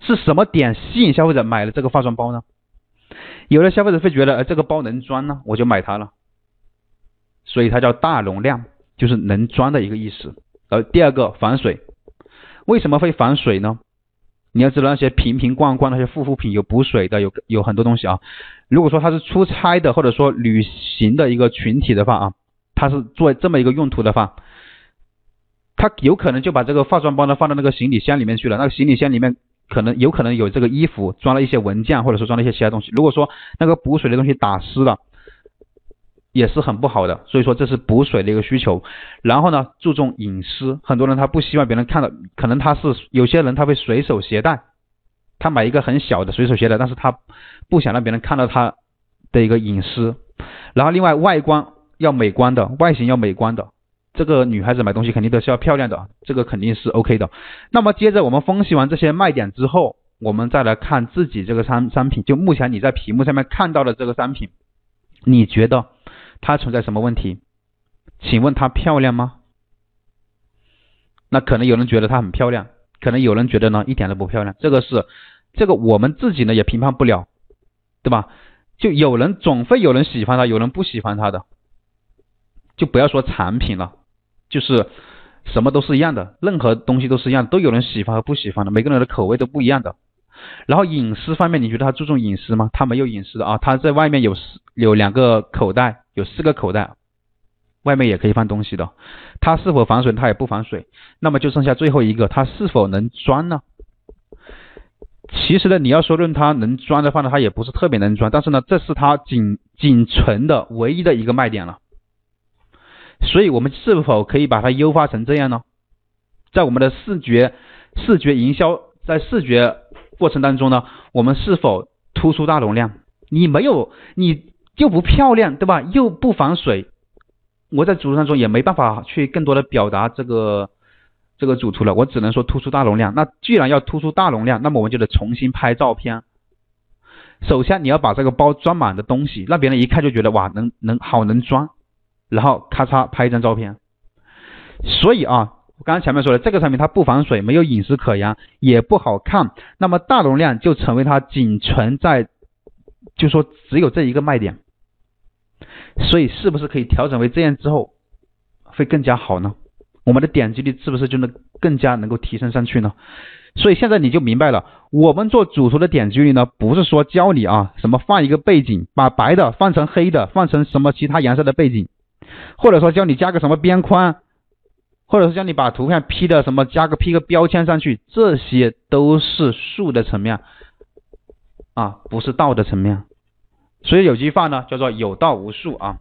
是什么点吸引消费者买了这个化妆包呢？有的消费者会觉得这个包能装呢，我就买它了，所以它叫大容量，就是能装的一个意思。第二个防水，为什么会防水呢？你要知道那些瓶瓶罐罐那些护肤品有补水的，有很多东西啊。如果说它是出差的或者说旅行的一个群体的话啊，它是做这么一个用途的话，它有可能就把这个化妆包呢放到那个行李箱里面去了，那个行李箱里面有可能有这个衣服，装了一些文件，或者说装了一些其他东西。如果说那个补水的东西打湿了，也是很不好的，所以说这是补水的一个需求。然后呢，注重隐私，很多人他不希望别人看到，可能有些人他会随手携带，他买一个很小的随手携带，但是他不想让别人看到他的一个隐私。然后另外外观要美观的，外形要美观的，这个女孩子买东西肯定都是要漂亮的，这个肯定是 OK 的。那么接着我们分析完这些卖点之后，我们再来看自己这个商品，就目前你在屏幕上面看到的这个商品，你觉得它存在什么问题？请问它漂亮吗？那可能有人觉得它很漂亮，可能有人觉得呢一点都不漂亮，这个我们自己呢也评判不了，对吧？就总会有人喜欢它，有人不喜欢它的，就不要说产品了，就是什么都是一样的，任何东西都是一样的，都有人喜欢和不喜欢的，每个人的口味都不一样的。然后隐私方面，你觉得他注重隐私吗？他没有隐私的啊，他在外面有2个口袋，有4个口袋，外面也可以放东西的。它是否防水？它也不防水。那么就剩下最后一个，它是否能装呢？其实呢，你要说论它能装的话呢，它也不是特别能装，但是呢，这是它仅存的唯一的一个卖点了。所以我们是否可以把它优化成这样呢？在我们的视觉营销，在视觉过程当中呢，我们是否突出大容量？你又不漂亮，对吧？又不防水，我在主图当中也没办法去更多的表达这个主图了，我只能说突出大容量。那既然要突出大容量，那么我们就得重新拍照片。首先你要把这个包装满的东西，让别人一看就觉得哇，能装，然后咔嚓拍一张照片。所以啊，我刚才前面说的这个产品它不防水，没有隐私可言，也不好看，那么大容量就成为它仅存在，就说只有这一个卖点。所以是不是可以调整为这样之后会更加好呢？我们的点击率是不是就能更加能够提升上去呢？所以现在你就明白了，我们做主图的点击率呢，不是说教你啊什么放一个背景，把白的放成黑的，放成什么其他颜色的背景，或者说教你加个什么边框，或者是教你把图片 P 的什么P 个标签上去，这些都是术的层面啊，不是道的层面。所以有句话呢叫做有道无术啊。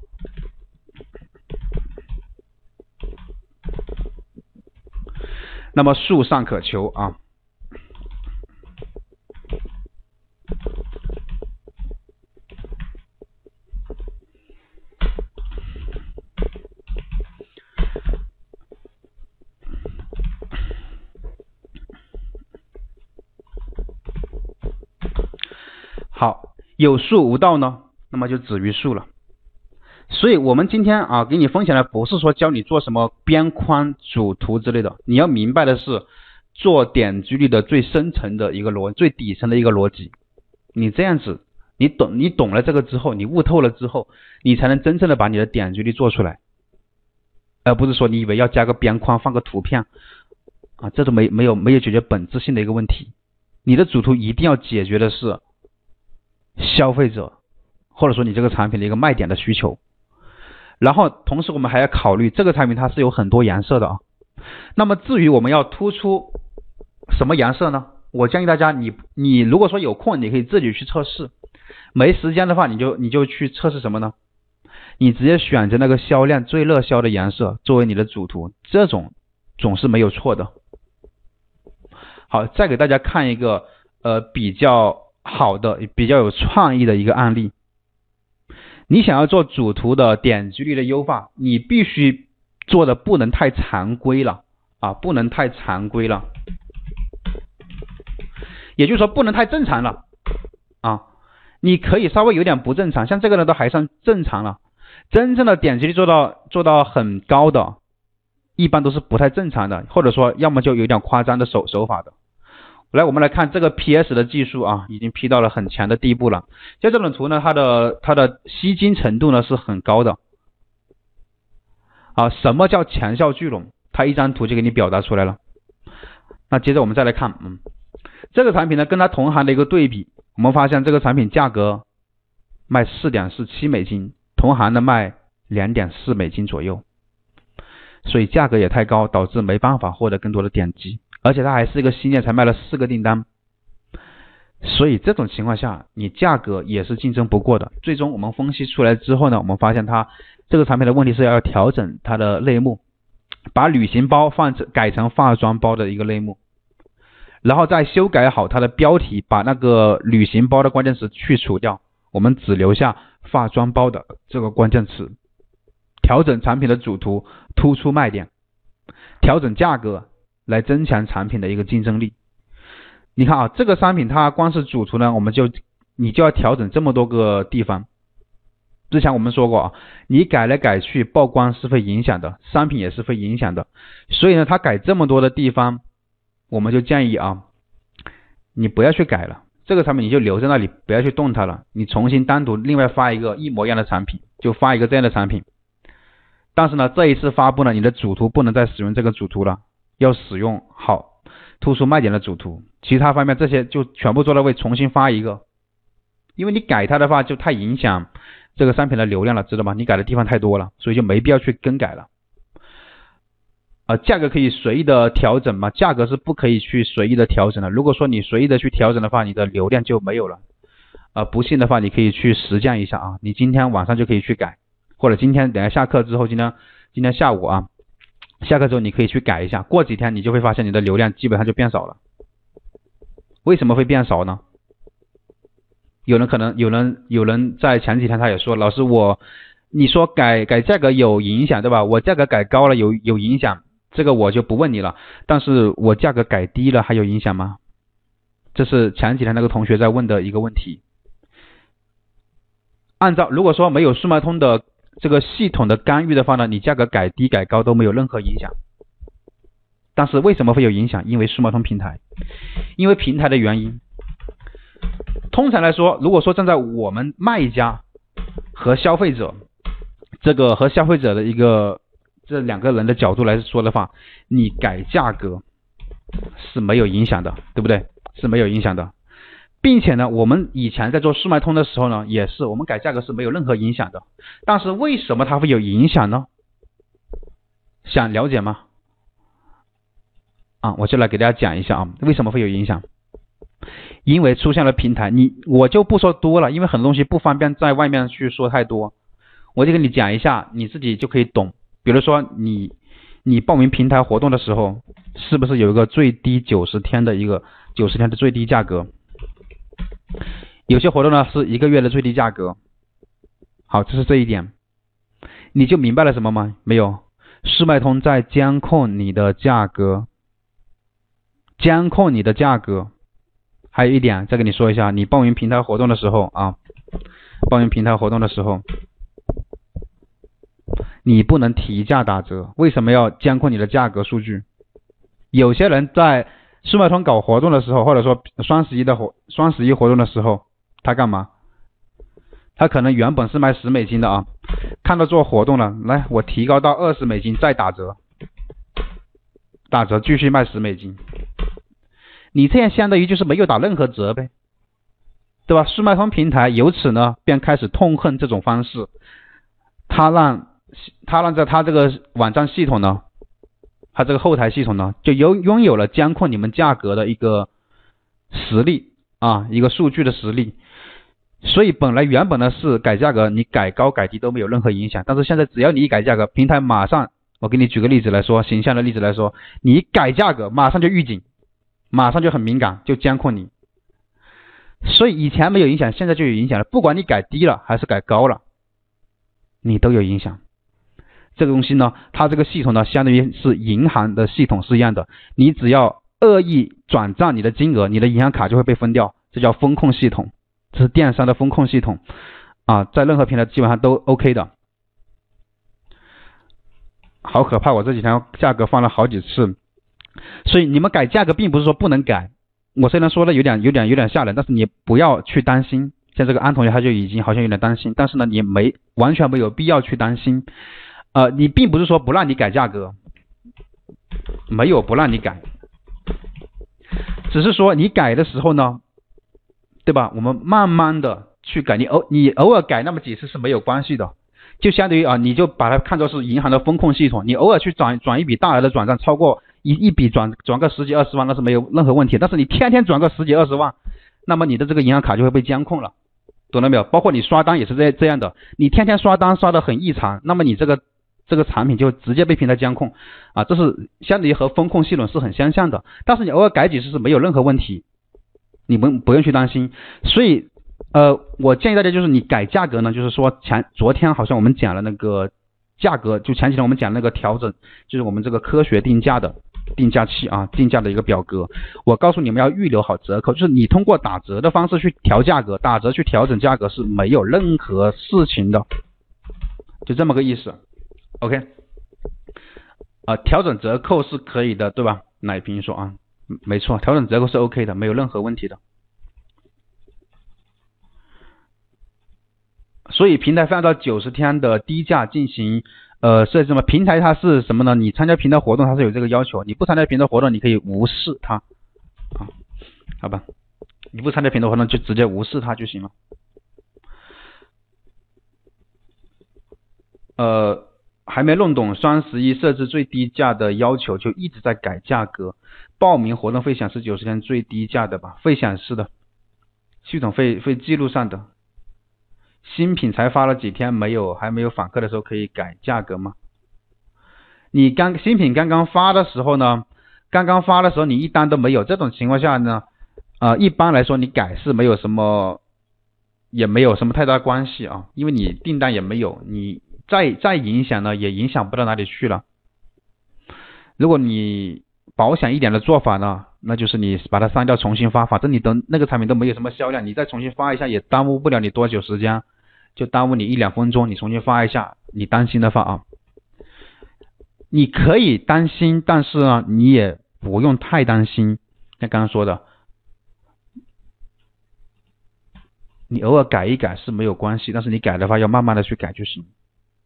那么术尚可求啊。好，有术无道呢，那么就止于术了。所以我们今天啊给你分享的不是说教你做什么边框主图之类的，你要明白的是做点击率的最深层的一个最底层的一个逻辑。你这样子，你懂了这个之后，你悟透了之后，你才能真正的把你的点击率做出来，而不是说你以为要加个边框放个图片啊，这都没有解决本质性的一个问题。你的主图一定要解决的是消费者或者说你这个产品的一个卖点的需求。然后同时我们还要考虑这个产品它是有很多颜色的啊。那么至于我们要突出什么颜色呢？我建议大家你如果说有空你可以自己去测试，没时间的话你就去测试什么呢？你直接选择那个销量最热销的颜色作为你的主图，这种总是没有错的。好，再给大家看一个比较好的比较有创意的一个案例。你想要做主图的点击率的优化，你必须做的不能太常规了啊，不能太常规了，也就是说不能太正常了啊。你可以稍微有点不正常，像这个呢都还算正常了。真正的点击率做到很高的，一般都是不太正常的，或者说要么就有点夸张的手法的。 来，我们来看这个 PS 的技术啊，已经 P 到了很强的地步了。像这种图呢，它的吸睛程度呢是很高的。啊，什么叫强效聚拢？它一张图就给你表达出来了。那接着我们再来看，这个产品呢跟它同行的一个对比，我们发现这个产品价格卖4.47美金，同行的卖2.4美金左右，所以价格也太高，导致没办法获得更多的点击。而且它还是一个新店，才卖了4个订单，所以这种情况下，你价格也是竞争不过的。最终我们分析出来之后呢，我们发现它这个产品的问题是要调整它的类目，把旅行包改成化妆包的一个类目，然后再修改好它的标题，把那个旅行包的关键词去除掉，我们只留下化妆包的这个关键词，调整产品的主图，突出卖点，调整价格，来增强产品的一个竞争力。你看啊，这个商品它光是主图呢，你就要调整这么多个地方。之前我们说过啊，你改来改去，曝光是会影响的，商品也是会影响的。所以呢，它改这么多的地方，我们就建议啊，你不要去改了，这个产品你就留在那里，不要去动它了。你重新单独另外发一个一模一样的产品，就发一个这样的产品。但是呢，这一次发布呢，你的主图不能再使用这个主图了，要使用好突出卖点的主图，其他方面这些就全部做到位，重新发一个。因为你改它的话就太影响这个商品的流量了，知道吗？你改的地方太多了，所以就没必要去更改了。价格可以随意的调整吗？价格是不可以去随意的调整的。如果说你随意的去调整的话，你的流量就没有了。不信的话，你可以去实践一下啊，你今天晚上就可以去改，或者今天等下下课之后，今天下午啊，下课之后你可以去改一下，过几天你就会发现你的流量基本上就变少了。为什么会变少呢？有人在前几天他也说，老师你说改价格有影响对吧？我价格改高了有影响，这个我就不问你了。但是我价格改低了还有影响吗？这是前几天那个同学在问的一个问题。如果说没有速卖通的这个系统的干预的话呢，你价格改低改高都没有任何影响。但是为什么会有影响？因为速卖通平台，因为平台的原因。通常来说，如果说站在我们卖家和消费者的一个这两个人的角度来说的话，你改价格是没有影响的，对不对？是没有影响的。并且呢，我们以前在做速卖通的时候呢，也是我们改价格是没有任何影响的。但是为什么它会有影响呢？想了解吗？我就来给大家讲一下为什么会有影响。因为出现了平台，我就不说多了，因为很多东西不方便在外面去说太多，我就跟你讲一下，你自己就可以懂。比如说你报名平台活动的时候，是不是有一个最低90天的最低价格？有些活动呢是1个月的最低价格。好，这是这一点，你就明白了什么吗？没有，速卖通在监控你的价格，还有一点再跟你说一下，你报名平台活动的时候你不能提价打折。为什么要监控你的价格数据？有些人在速卖通搞活动的时候，或者说双十一活动的时候，他干嘛？他可能原本是卖10美金的看到做活动了，来我提高到20美金再打折继续卖10美金。你这样相当于就是没有打任何折呗，对吧？速卖通平台由此呢便开始痛恨这种方式，他让在他这个网站系统呢，他这个后台系统呢就拥有了监控你们价格的一个实力一个数据的实力。所以原本呢是改价格，你改高改低都没有任何影响，但是现在只要你一改价格，平台马上，我给你举个例子来说，形象的例子来说，你一改价格马上就预警，马上就很敏感，就监控你。所以以前没有影响，现在就有影响了。不管你改低了还是改高了，你都有影响。这个东西呢，它这个系统呢，相当于是银行的系统是一样的。你只要恶意转账你的金额，你的银行卡就会被封掉，这叫风控系统，这是电商的风控系统在任何平台基本上都 OK 的。好可怕，我这几天价格放了好几次。所以你们改价格并不是说不能改我虽然说的有点吓人，但是你不要去担心。像这个安同学他就已经好像有点担心，但是呢，你完全没有必要去担心。你并不是说不让你改价格，没有不让你改，只是说你改的时候呢，对吧？我们慢慢的去改，你偶尔改那么几次是没有关系的，就相当于你就把它看作是银行的风控系统，你偶尔去转一笔大额的转账，超过一笔转个10几20万，那是没有任何问题。但是你天天转个10几20万，那么你的这个银行卡就会被监控了，懂了没有？包括你刷单也是这样的，你天天刷单刷得很异常，那么你这个产品就直接被平台监控这是相当于和风控系统是很相像的。但是你偶尔改几次是没有任何问题，你不用去担心。所以我建议大家就是你改价格呢，就是说昨天好像我们讲了那个价格，就前几天我们讲那个调整，就是我们这个科学定价的定价器定价的一个表格。我告诉你们要预留好折扣，就是你通过打折的方式去调价格，打折去调整价格是没有任何事情的，就这么个意思。OK， 调整折扣是可以的，对吧？奶瓶说没错，调整折扣是 OK 的，没有任何问题的。所以平台会按照90天的低价进行设置嘛。平台它是什么呢？你参加平台活动它是有这个要求，你不参加平台活动你可以无视它好吧？你不参加平台活动就直接无视它就行了。还没弄懂双11设置最低价的要求，就一直在改价格。报名活动会显示90天最低价的吧？会显示的，系统会记录上的。新品才发了几天还没有访客的时候可以改价格吗？你新品刚刚发的时候呢，你一单都没有，这种情况下呢一般来说你改是没有什么太大关系因为你订单也没有，你再影响呢也影响不到哪里去了。如果你保险一点的做法呢，那就是你把它删掉重新发，反正你的那个产品都没有什么销量，你再重新发一下也耽误不了你多久时间，就耽误你1-2分钟，你重新发一下，你担心的话你可以担心，但是呢你也不用太担心。像刚刚说的，你偶尔改一改是没有关系，但是你改的话要慢慢的去改就行。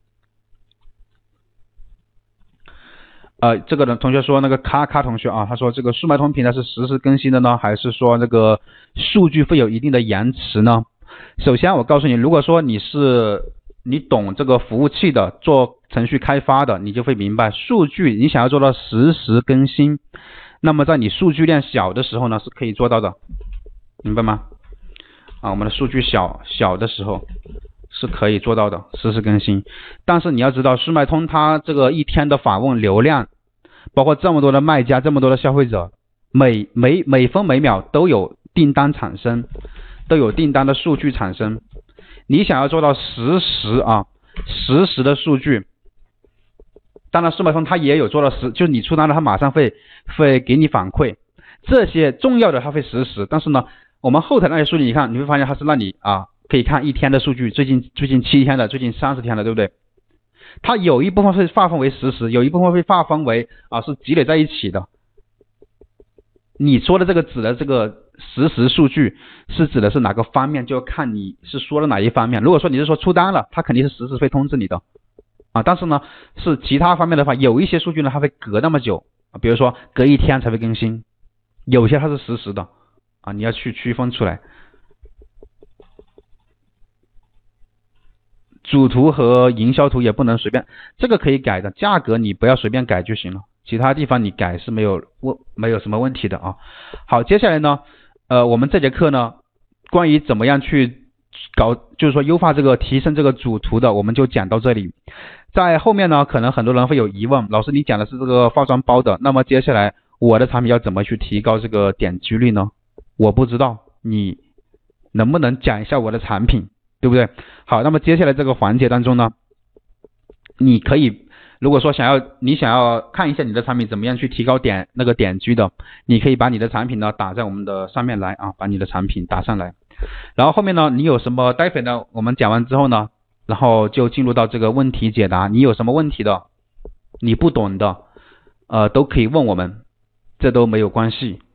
这个人同学说那个卡同学他说这个速卖通平台是实时更新的呢，还是说这个数据会有一定的延迟呢？首先我告诉你，如果说你懂这个服务器的，做程序开发的，你就会明白数据你想要做到实时更新，那么在你数据量小的时候呢是可以做到的，明白吗？我们的数据小的时候是可以做到的实时更新。但是你要知道速卖通它这个一天的访问流量，包括这么多的卖家，这么多的消费者，每分每秒都有订单产生，都有订单的数据产生。你想要做到实时的数据，当然速卖通它也有做到就是你出单了它马上会给你反馈，这些重要的它会实时。但是呢我们后台那些数据你看你会发现它是让你可以看一天的数据，最近7天的，最近30天的，对不对？它有一部分会划分为实时，有一部分会划分为是积累在一起的。你说的这个指的这个实时数据是指的是哪个方面，就看你是说的哪一方面。如果说你是说出单了，它肯定是实时会通知你的但是呢是其他方面的话，有一些数据呢它会隔那么久比如说隔1天才会更新，有些它是实时的你要去区分出来。主图和营销图也不能随便，这个可以改的，价格你不要随便改就行了，其他地方你改是没有什么问题的好，接下来呢我们这节课呢关于怎么样去搞，就是说优化这个提升这个主图的，我们就讲到这里。在后面呢可能很多人会有疑问，老师你讲的是这个化妆包的，那么接下来我的产品要怎么去提高这个点击率呢？我不知道，你能不能讲一下我的产品，对不对？好，那么接下来这个环节当中呢，你可以如果说你想要看一下你的产品怎么样去提高点击的，你可以把你的产品呢打在我们的上面来把你的产品打上来。然后后面呢你有什么，待会呢我们讲完之后呢，然后就进入到这个问题解答，你有什么问题的，你不懂的都可以问我们，这都没有关系。